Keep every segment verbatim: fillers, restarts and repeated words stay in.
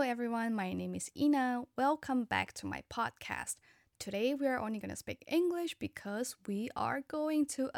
everyone, my name is Ina. Welcome back to my podcast. Today we are only going to speak English because we are going to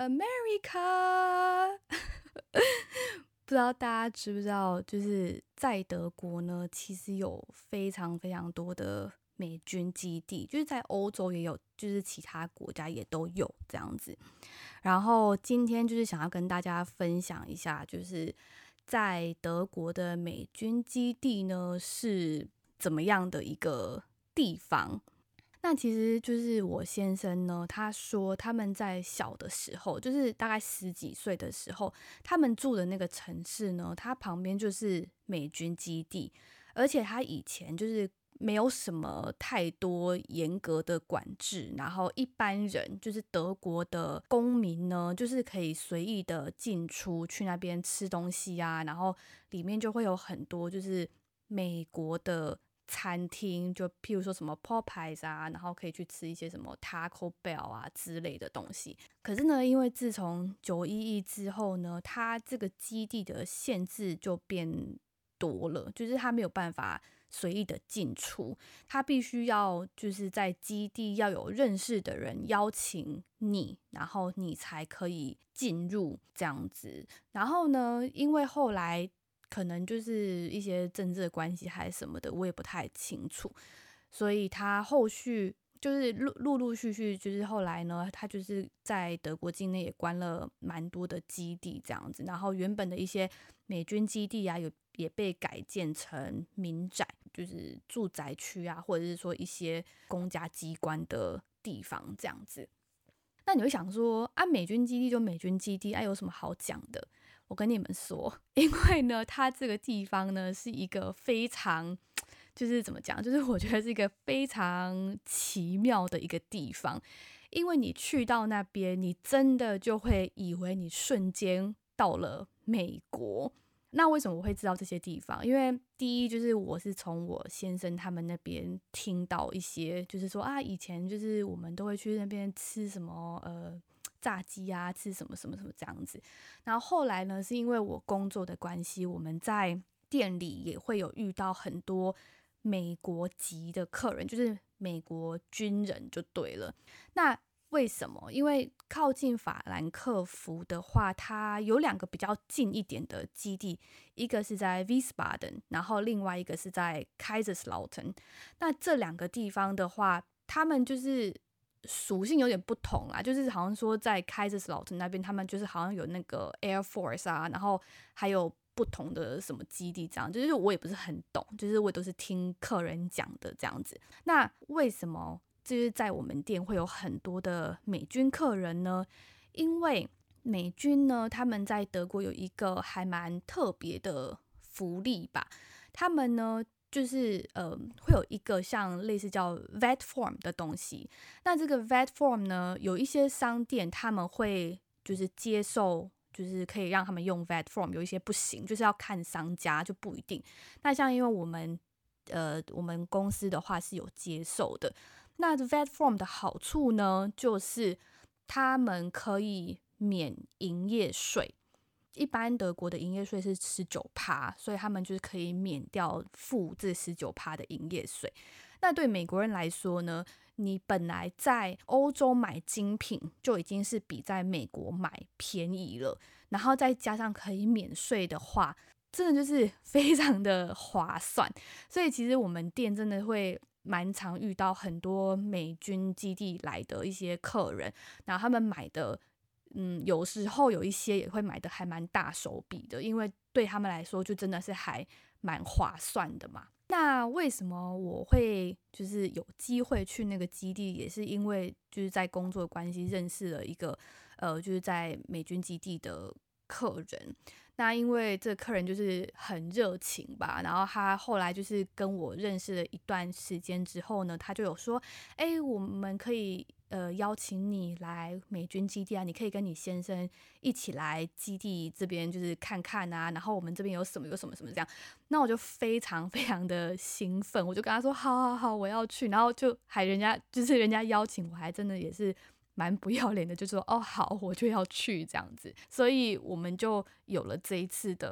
America. 不知道大家知不知道，就是在德国呢，其实有非常非常多的美军基地，就是在欧洲也有，就是其他国家也都有这样子。然后今天就是想要跟大家分享一下，就是在德国的美军基地呢是怎么样的一个地方。那其实就是我先生呢，他说他们在小的时候，就是大概十几岁的时候，他们住的那个城市呢，它旁边就是美军基地，而且他以前就是没有什么太多严格的管制，然后一般人就是德国的公民呢，就是可以随意的进出去那边吃东西啊，然后里面就会有很多就是美国的餐厅，就譬如说什么 Popeyes 啊，然后可以去吃一些什么 Taco Bell 啊之类的东西。可是呢，因为自从九一一之后呢，它这个基地的限制就变多了，就是它没有办法随意的进出，它必须要就是在基地要有认识的人邀请你，然后你才可以进入这样子。然后呢，因为后来可能就是一些政治的关系还是什么的，我也不太清楚，所以他后续就是陆陆陆续续，就是后来呢，他就是在德国境内也关了蛮多的基地这样子，然后原本的一些美军基地啊，有也被改建成民宅，就是住宅区啊，或者是说一些公家机关的地方这样子。那你会想说啊，美军基地就美军基地，啊有什么好讲的？我跟你们说，因为呢，它这个地方呢是一个非常，就是怎么讲，就是我觉得是一个非常奇妙的一个地方，因为你去到那边，你真的就会以为你瞬间到了美国。那为什么我会知道这些地方？因为第一就是我是从我先生他们那边听到一些，就是说啊，以前就是我们都会去那边吃什么呃炸鸡啊，吃什么什么什么这样子。然后后来呢，是因为我工作的关系，我们在店里也会有遇到很多美国籍的客人，就是美国军人就对了。那为什么？因为靠近法兰克福的话，它有两个比较近一点的基地，一个是在 Wiesbaden， 然后另外一个是在 Kaiserslautern。那这两个地方的话，他们就是属性有点不同啦，就是好像说在 Kaiserslautern 那边，他们就是好像有那个 Air Force 啊，然后还有不同的什么基地这样，就是我也不是很懂，就是我都是听客人讲的这样子。那为什么就是在我们店会有很多的美军客人呢？因为美军呢，他们在德国有一个还蛮特别的福利吧，他们呢就是呃会有一个像类似叫 vet form 的东西。那这个 vet form 呢，有一些商店他们会就是接受，就是可以让他们用 vet form， 有一些不行，就是要看商家，就不一定。那像因为我们呃我们公司的话是有接受的。那 vet form 的好处呢，就是他们可以免营业税。一般德国的营业税是 百分之十九， 所以他们就是可以免掉付这 百分之十九 的营业税。那对美国人来说呢，你本来在欧洲买精品就已经是比在美国买便宜了，然后再加上可以免税的话，真的就是非常的划算。所以其实我们店真的会蛮常遇到很多美军基地来的一些客人，然后他们买的嗯，有时候有一些也会买的还蛮大手笔的，因为对他们来说就真的是还蛮划算的嘛。那为什么我会就是有机会去那个基地，也是因为就是在工作的关系认识了一个呃，就是在美军基地的客人。那因为这个客人就是很热情吧，然后他后来就是跟我认识了一段时间之后呢，他就有说，哎，我们可以呃邀请你来美军基地啊，你可以跟你先生一起来基地这边就是看看啊，然后我们这边有什么有什么什么这样。那我就非常非常的兴奋，我就跟他说好好好，我要去，然后就还人家就是人家邀请我，还真的也是蛮不要脸的，就说哦好，我就要去这样子。所以我们就有了这一次的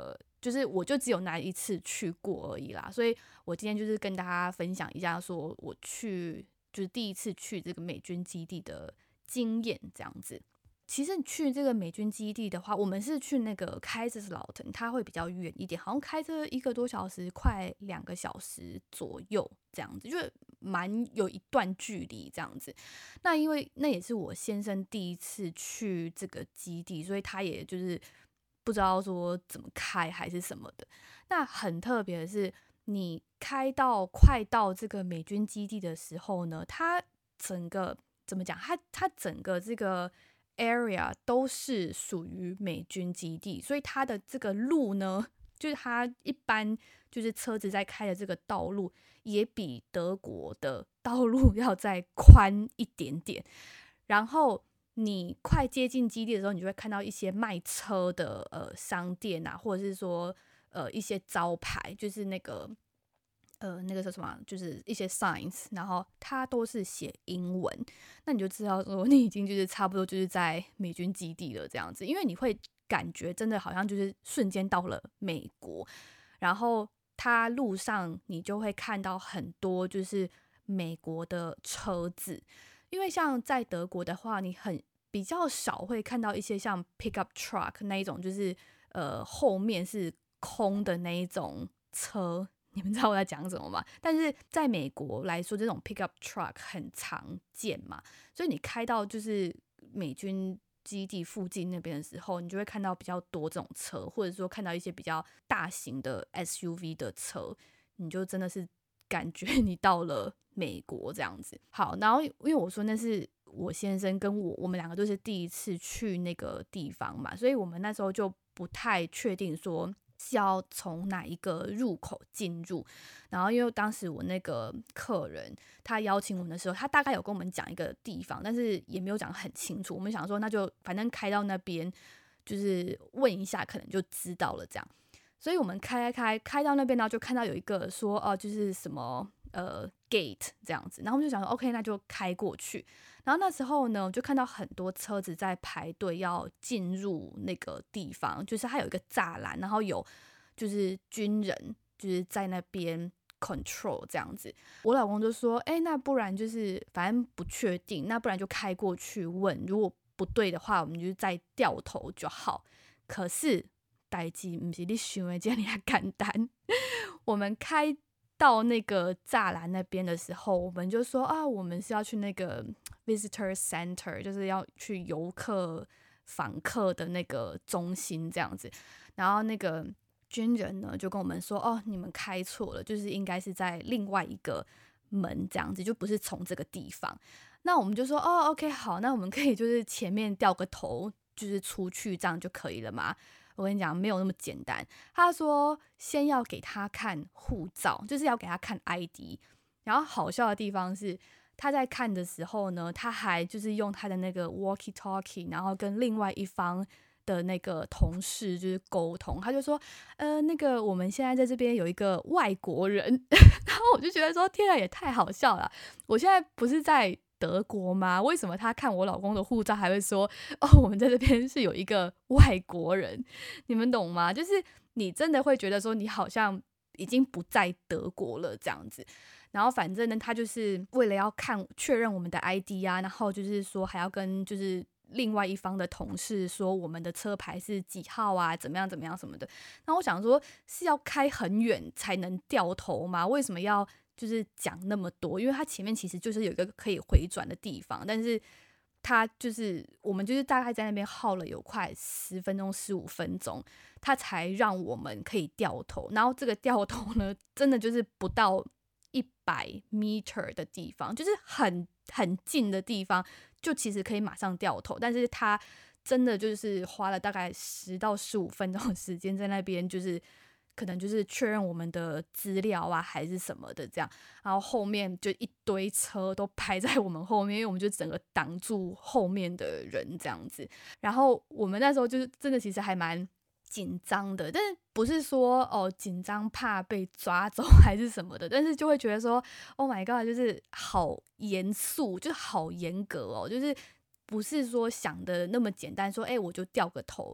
就是我就只有那一次去过而已啦，所以我今天就是跟大家分享一下，说我去就是第一次去这个美军基地的经验这样子。其实去这个美军基地的话，我们是去那个开斯劳滕，它会比较远一点，好像开车一个多小时，快两个小时左右这样子，就蛮有一段距离这样子。那因为那也是我先生第一次去这个基地，所以他也就是不知道说怎么开还是什么的。那很特别的是，你开到快到这个美军基地的时候呢，它整个怎么讲？它它整个这个area 都是属于美军基地，所以它的这个路呢，就是它一般就是车子在开的这个道路，也比德国的道路要再宽一点点。然后你快接近基地的时候，你就会看到一些卖车的呃商店啊，或者是说呃一些招牌，就是那个。呃，那个叫什么，就是一些 signs， 然后它都是写英文，那你就知道说你已经就是差不多就是在美军基地了这样子，因为你会感觉真的好像就是瞬间到了美国，然后它路上你就会看到很多就是美国的车子，因为像在德国的话，你很比较少会看到一些像 pickup truck 那一种，就是呃后面是空的那一种车。你们知道我在讲什么吗？但是在美国来说，这种 pickup truck 很常见嘛，所以你开到就是美军基地附近那边的时候，你就会看到比较多这种车，或者说看到一些比较大型的 S U V 的车，你就真的是感觉你到了美国这样子。好，然后因为我说那是我先生跟我，我们两个都是第一次去那个地方嘛，所以我们那时候就不太确定说是要从哪一个入口进入，然后因为当时我那个客人他邀请我们的时候，他大概有跟我们讲一个地方，但是也没有讲很清楚。我们想说那就反正开到那边，就是问一下可能就知道了这样。所以我们开开开开到那边，然后就看到有一个说哦，就是什么呃 gate 这样子，然后我们就想说 OK， 那就开过去。然后那时候呢，我就看到很多车子在排队要进入那个地方，就是它有一个栅栏，然后有就是军人就是在那边 control 这样子。我老公就说：“哎、欸，那不然就是反正不确定，那不然就开过去问，如果不对的话，我们就再掉头就好。”可是代志不是你想的这样简单，我们开到那个栅栏那边的时候，我们就说啊，我们是要去那个 visitor center， 就是要去游客访客的那个中心这样子。然后那个军人呢就跟我们说，哦，你们开错了，就是应该是在另外一个门这样子，就不是从这个地方。那我们就说，哦 ，OK， 好，那我们可以就是前面掉个头，就是出去这样就可以了嘛。我跟你讲，没有那么简单。他说先要给他看护照，就是要给他看 I D。然后好笑的地方是，他在看的时候呢，他还就是用他的那个 walkie talkie， 然后跟另外一方的那个同事就是沟通。他就说，呃，那个我们现在在这边有一个外国人，然后我就觉得说，天啊，也太好笑了！我现在不是在德国吗？为什么他看我老公的护照还会说哦，我们在这边是有一个外国人？你们懂吗？就是你真的会觉得说你好像已经不在德国了这样子。然后反正呢，他就是为了要看确认我们的 I D 啊，然后就是说还要跟就是另外一方的同事说我们的车牌是几号啊，怎么样怎么样什么的。然后我想说是要开很远才能掉头吗？为什么要就是讲那么多？因为它前面其实就是有一个可以回转的地方，但是他就是我们就是大概在那边耗了有快十分钟、十五分钟，他才让我们可以掉头。然后这个掉头呢，真的就是不到一百 meter 的地方，就是很很近的地方，就其实可以马上掉头，但是他真的就是花了大概十到十五分钟的时间在那边，就是可能就是确认我们的资料啊，还是什么的这样。然后后面就一堆车都排在我们后面，因为我们就整个挡住后面的人这样子。然后我们那时候就是真的其实还蛮紧张的，但是不是说哦紧张怕被抓走还是什么的，但是就会觉得说 Oh my god， 就是好严肃，就好严格哦，就是不是说想的那么简单，说哎、欸、我就掉个头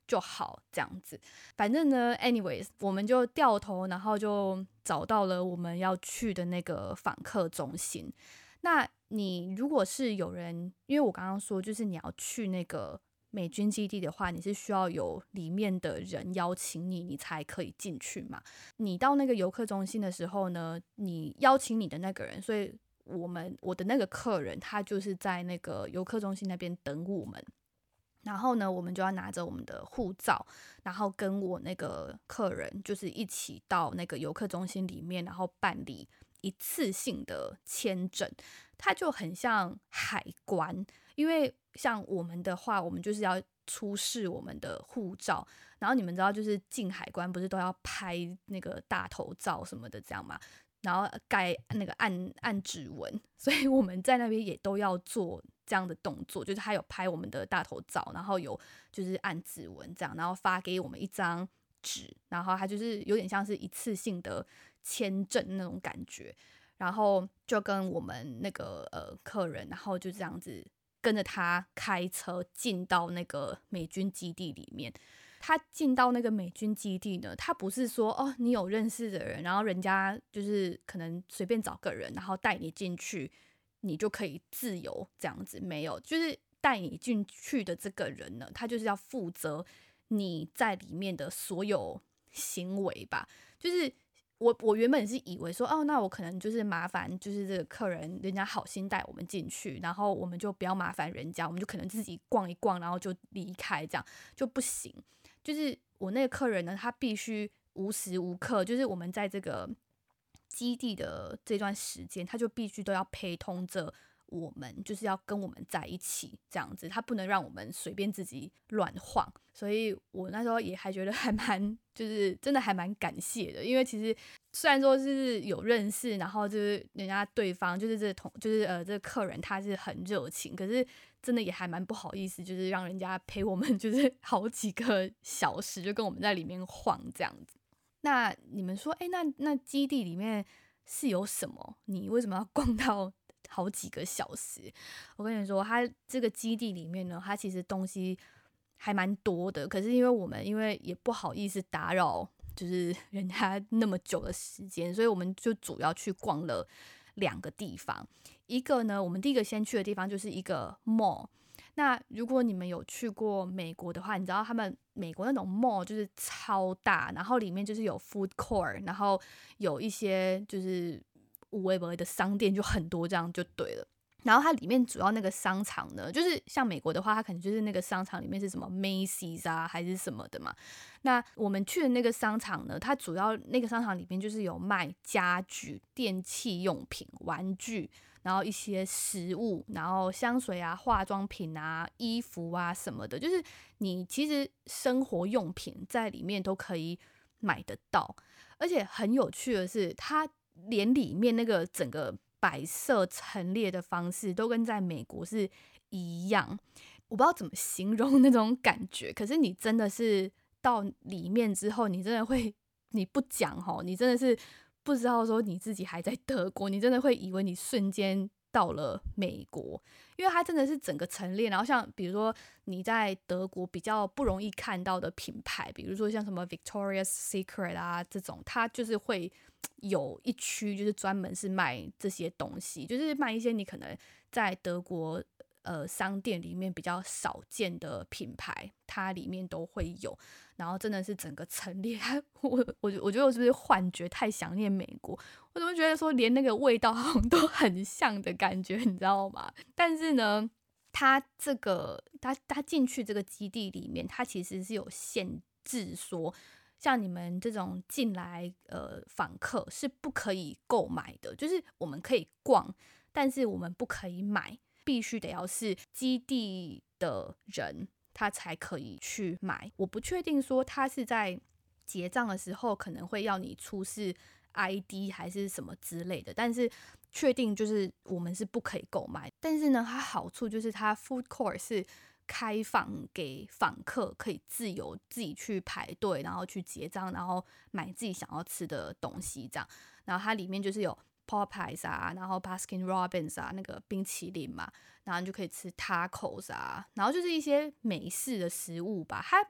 就好这样子。反正呢 anyways 我们就掉头，然后就找到了我们要去的那个访客中心。那你如果是有人，因为我刚刚说就是你要去那个美军基地的话，你是需要有里面的人邀请你，你才可以进去嘛。你到那个游客中心的时候呢，你邀请你的那个人，所以我们我的那个客人他就是在那个游客中心那边等我们。然后呢，我们就要拿着我们的护照，然后跟我那个客人就是一起到那个游客中心里面，然后办理一次性的签证。它就很像海关，因为像我们的话，我们就是要出示我们的护照，然后你们知道，就是进海关不是都要拍那个大头照什么的，这样嘛？然后盖那个按按指纹，所以我们在那边也都要做这样的动作，就是他有拍我们的大头照，然后有就是按指纹这样，然后发给我们一张纸，然后它就是有点像是一次性的签证那种感觉，然后就跟我们那个呃客人，然后就这样子跟着他开车进到那个美军基地里面。他进到那个美军基地呢，他不是说哦，你有认识的人，然后人家就是可能随便找个人，然后带你进去，你就可以自由这样子。没有，就是带你进去的这个人呢，他就是要负责你在里面的所有行为吧。就是我我原本是以为说，哦，那我可能就是麻烦，就是这个客人人家好心带我们进去，然后我们就不要麻烦人家，我们就可能自己逛一逛，然后就离开，这样就不行。就是我那个客人呢，他必须无时无刻，就是我们在这个基地的这段时间，他就必须都要陪同着我们，就是要跟我们在一起这样子，他不能让我们随便自己乱晃。所以我那时候也还觉得还蛮，就是真的还蛮感谢的，因为其实虽然说是有认识，然后就是人家对方就是这同就是呃这个客人他是很热情，可是真的也还蛮不好意思，就是让人家陪我们就是好几个小时，就跟我们在里面晃这样子。那你们说，哎，那那基地里面是有什么？你为什么要逛到好几个小时？我跟你说，它这个基地里面呢，它其实东西还蛮多的。可是因为我们因为也不好意思打扰，就是人家那么久的时间，所以我们就主要去逛了两个地方。一个呢，我们第一个先去的地方就是一个 mall。那如果你们有去过美国的话，你知道他们美国那种 mall 就是超大，然后里面就是有 food court， 然后有一些就是无微博的商店，就很多，这样就对了。然后它里面主要那个商场呢，就是像美国的话，它可能就是那个商场里面是什么 Macy's 啊还是什么的嘛。那我们去的那个商场呢，它主要那个商场里面就是有卖家具、电器用品、玩具，然后一些食物，然后香水啊、化妆品啊、衣服啊什么的，就是你其实生活用品在里面都可以买得到。而且很有趣的是，它连里面那个整个摆设陈列的方式都跟在美国是一样，我不知道怎么形容那种感觉。可是你真的是到里面之后，你真的会，你不讲齁，你真的是不知道说你自己还在德国，你真的会以为你瞬间到了美国，因为它真的是整个陈列。然后像比如说你在德国比较不容易看到的品牌，比如说像什么 Victoria's Secret 啊这种，它就是会有一区就是专门是卖这些东西，就是卖一些你可能在德国呃商店里面比较少见的品牌，它里面都会有。然后真的是整个陈列，我我我觉得我是不是幻觉，太想念美国？我怎么觉得说连那个味道好像都很像的感觉，你知道吗？但是呢，它这个它它进去这个基地里面，它其实是有限制说，像你们这种进来呃访客是不可以购买的，就是我们可以逛，但是我们不可以买，必须得要是基地的人他才可以去买。我不确定说他是在结账的时候可能会要你出示 I D 还是什么之类的，但是确定就是我们是不可以购买。但是呢，它好处就是它 food court 是开放给访客可以自由自己去排队，然后去结账，然后买自己想要吃的东西这样。然后它里面就是有 Popeyes 啊，然后 Baskin Robbins 啊，那个冰淇淋嘛，然后你就可以吃 tacos 啊，然后就是一些美式的食物吧。它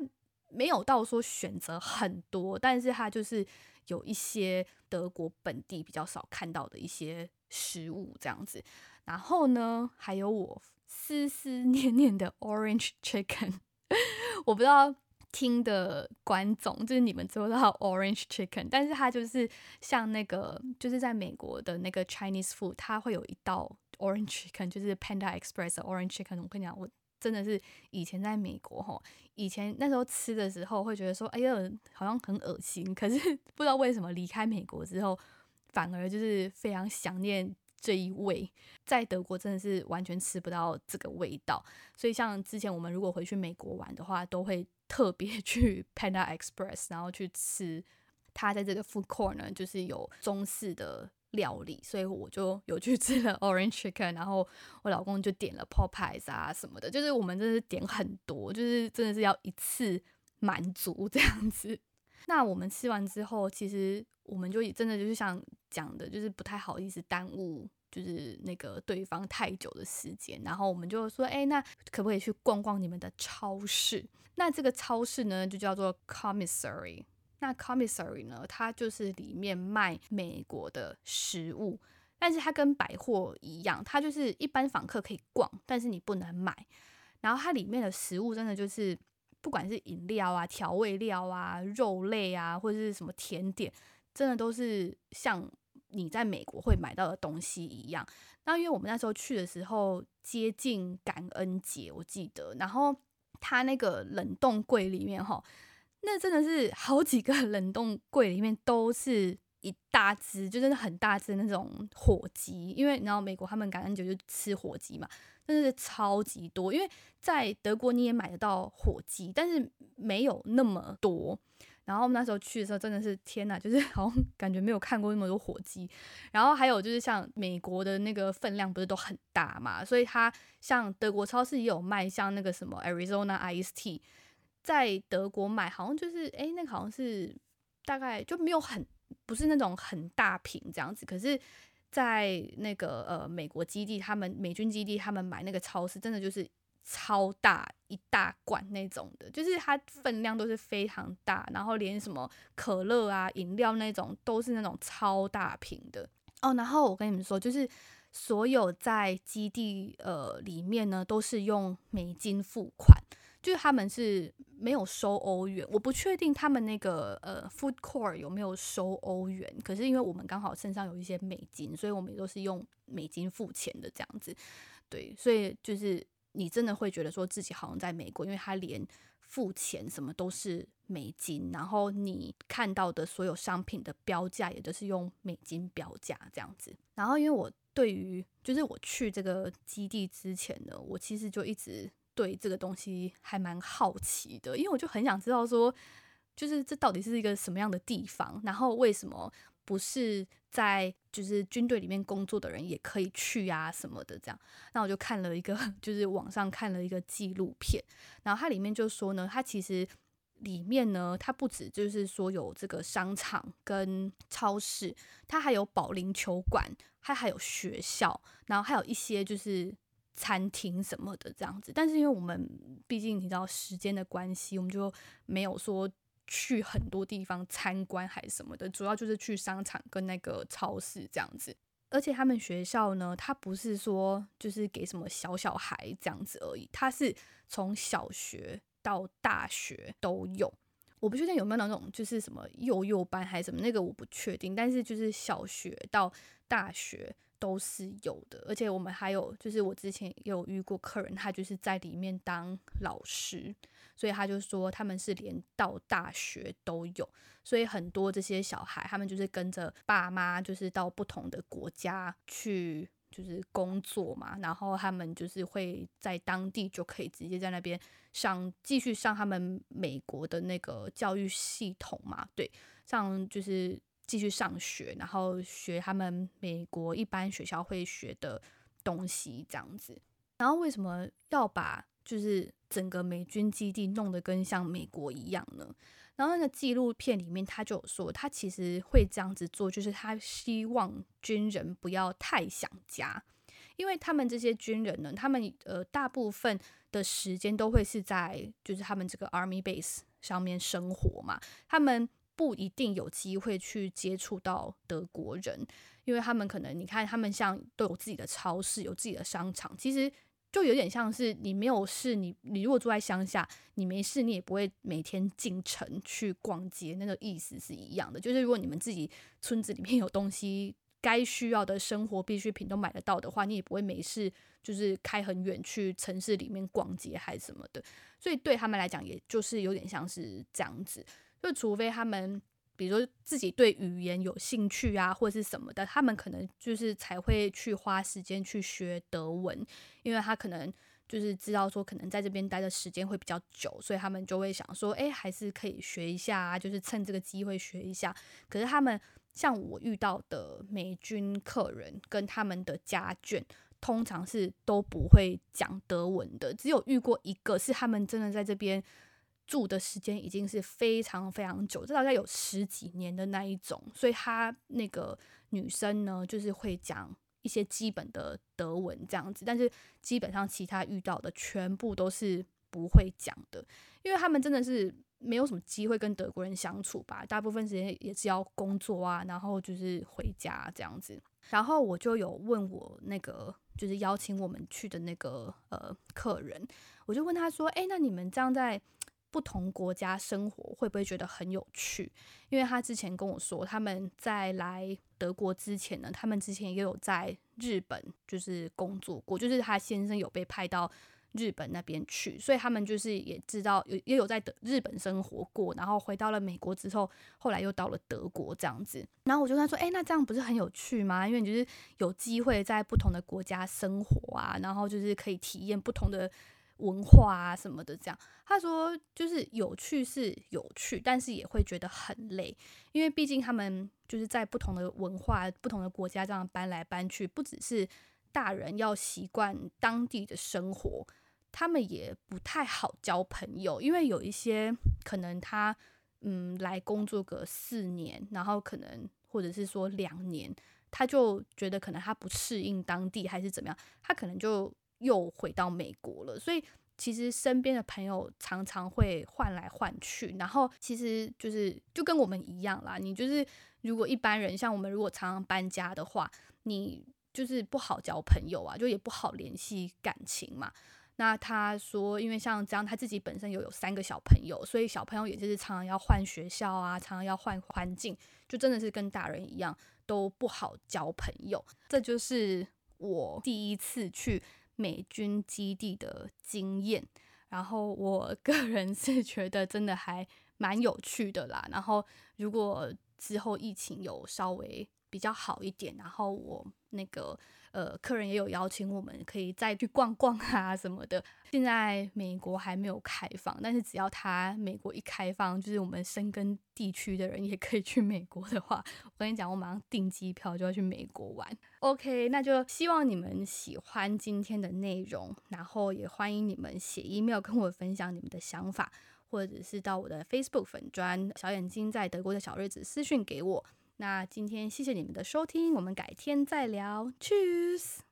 没有到说选择很多，但是它就是有一些德国本地比较少看到的一些食物这样子。然后呢，还有我思思念念的 Orange Chicken， 我不知道听的观众就是你们知不知道 Orange Chicken， 但是它就是像那个就是在美国的那个 Chinese food， 它会有一道 Orange Chicken， 就是 Panda Express 的 Orange Chicken。我跟你讲，我真的是以前在美国吼，以前那时候吃的时候会觉得说，哎呀，好像很恶心。可是不知道为什么离开美国之后，反而就是非常想念这一味。在德国真的是完全吃不到这个味道，所以像之前我们如果回去美国玩的话，都会特别去 Panda Express， 然后去吃它在这个 food court 呢，就是有中式的料理，所以我就有去吃了 Orange Chicken， 然后我老公就点了 Popeyes 啊什么的，就是我们真的是点很多，就是真的是要一次满足这样子。那我们吃完之后，其实我们就真的就是像讲的，就是不太好意思耽误就是那个对方太久的时间，然后我们就说，哎、欸，那可不可以去逛逛你们的超市？那这个超市呢，就叫做 Commissary。那 Commissary 呢，它就是里面卖美国的食物，但是它跟百货一样，它就是一般访客可以逛，但是你不能买。然后它里面的食物真的就是不管是饮料啊、调味料啊、肉类啊，或者是什么甜点，真的都是像你在美国会买到的东西一样。那因为我们那时候去的时候接近感恩节，我记得，然后它那个冷冻柜里面齁，那真的是好几个冷冻柜里面都是一大只，就真的很大只那种火鸡，因为你知道美国他们感恩节就吃火鸡嘛，真的是超级多。因为在德国你也买得到火鸡，但是没有那么多。然后我们那时候去的时候真的是天哪，就是好像感觉没有看过那么多火鸡。然后还有就是像美国的那个分量不是都很大嘛，所以它像德国超市也有卖像那个什么 Arizona Iced Tea， 在德国买好像就是哎、欸、那个好像是大概就没有很不是那种很大瓶这样子，可是在那个呃美国基地，他们美军基地他们买那个超市真的就是超大一大罐那种的，就是它分量都是非常大，然后连什么可乐啊饮料那种都是那种超大瓶的哦。然后我跟你们说，就是所有在基地呃里面呢都是用美金付款，就是他们是没有收欧元，我不确定他们那个呃 food court 有没有收欧元，可是因为我们刚好身上有一些美金，所以我们也都是用美金付钱的这样子。对，所以就是你真的会觉得说自己好像在美国，因为他连付钱什么都是美金，然后你看到的所有商品的标价也都是用美金标价这样子。然后因为我对于就是我去这个基地之前呢，我其实就一直对这个东西还蛮好奇的，因为我就很想知道说，就是这到底是一个什么样的地方，然后为什么不是在就是军队里面工作的人也可以去啊什么的这样。那我就看了一个就是网上看了一个纪录片，然后它里面就说呢，它其实里面呢，它不止就是说有这个商场跟超市，它还有保龄球馆，它还有学校，然后还有一些就是餐厅什么的这样子。但是因为我们毕竟你知道时间的关系，我们就没有说去很多地方参观还是什么的，主要就是去商场跟那个超市这样子。而且他们学校呢，它不是说就是给什么小小孩这样子而已，它是从小学到大学都有。我不确定有没有那种就是什么幼幼班还是什么，那个我不确定，但是就是小学到大学都是有的。而且我们还有就是我之前也有遇过客人，他就是在里面当老师，所以他就说他们是连到大学都有，所以很多这些小孩他们就是跟着爸妈就是到不同的国家去就是工作嘛，然后他们就是会在当地就可以直接在那边上继续上他们美国的那个教育系统嘛，对，上就是继续上学，然后学他们美国一般学校会学的东西这样子。然后为什么要把就是整个美军基地弄得跟像美国一样呢？然后那个纪录片里面他就有说，他其实会这样子做，就是他希望军人不要太想家，因为他们这些军人呢，他们呃大部分的时间都会是在就是他们这个 Army base 上面生活嘛，他们不一定有机会去接触到德国人，因为他们可能你看他们像都有自己的超市，有自己的商场，其实就有点像是你没有事，你你如果住在乡下，你没事你也不会每天进城去逛街，那个意思是一样的。就是如果你们自己村子里面有东西，该需要的生活必需品都买得到的话，你也不会没事就是开很远去城市里面逛街还是什么的。所以对他们来讲，也就是有点像是这样子，就除非他们比如说自己对语言有兴趣啊，或者是什么的，他们可能就是才会去花时间去学德文，因为他可能就是知道说可能在这边待的时间会比较久，所以他们就会想说，哎，还是可以学一下啊，就是趁这个机会学一下。可是他们像我遇到的美军客人跟他们的家眷，通常是都不会讲德文的，只有遇过一个是他们真的在这边住的时间已经是非常非常久，这大概有十几年的那一种，所以她那个女生呢，就是会讲一些基本的德文这样子，但是基本上其他遇到的全部都是不会讲的，因为他们真的是没有什么机会跟德国人相处吧，大部分时间也是要工作啊，然后就是回家这样子。然后我就有问我那个就是邀请我们去的那个呃客人，我就问他说，哎，那你们这样在不同国家生活会不会觉得很有趣？因为他之前跟我说，他们在来德国之前呢，他们之前也有在日本就是工作过，就是他先生有被派到日本那边去，所以他们就是也知道有也有在日本生活过，然后回到了美国之后，后来又到了德国这样子。然后我就跟他说，哎、欸，那这样不是很有趣吗？因为你就是有机会在不同的国家生活啊，然后就是可以体验不同的文化啊什么的这样。他说就是有趣是有趣，但是也会觉得很累，因为毕竟他们就是在不同的文化不同的国家这样搬来搬去，不只是大人要习惯当地的生活，他们也不太好交朋友，因为有一些可能他嗯来工作个四年，然后可能或者是说两年，他就觉得可能他不适应当地还是怎么样，他可能就又回到美国了，所以其实身边的朋友常常会换来换去，然后其实就是就跟我们一样啦，你就是如果一般人像我们如果常常搬家的话，你就是不好交朋友啊，就也不好联系感情嘛。那他说，因为像这样，他自己本身有有三个小朋友，所以小朋友也就是常常要换学校啊，常常要换环境，就真的是跟大人一样，都不好交朋友。这就是我第一次去美军基地的经验，然后我个人是觉得真的还蛮有趣的啦。然后如果之后疫情有稍微比较好一点，然后我那个呃客人也有邀请我们可以再去逛逛啊什么的。现在美国还没有开放，但是只要他美国一开放，就是我们深根地区的人也可以去美国的话，我跟你讲，我马上订机票就要去美国玩。OK， 那就希望你们喜欢今天的内容，然后也欢迎你们写 email 跟我分享你们的想法，或者是到我的 Facebook 粉专小眼睛在德国的小日子私讯给我。那今天谢谢你们的收听，我们改天再聊 ，Tschüss。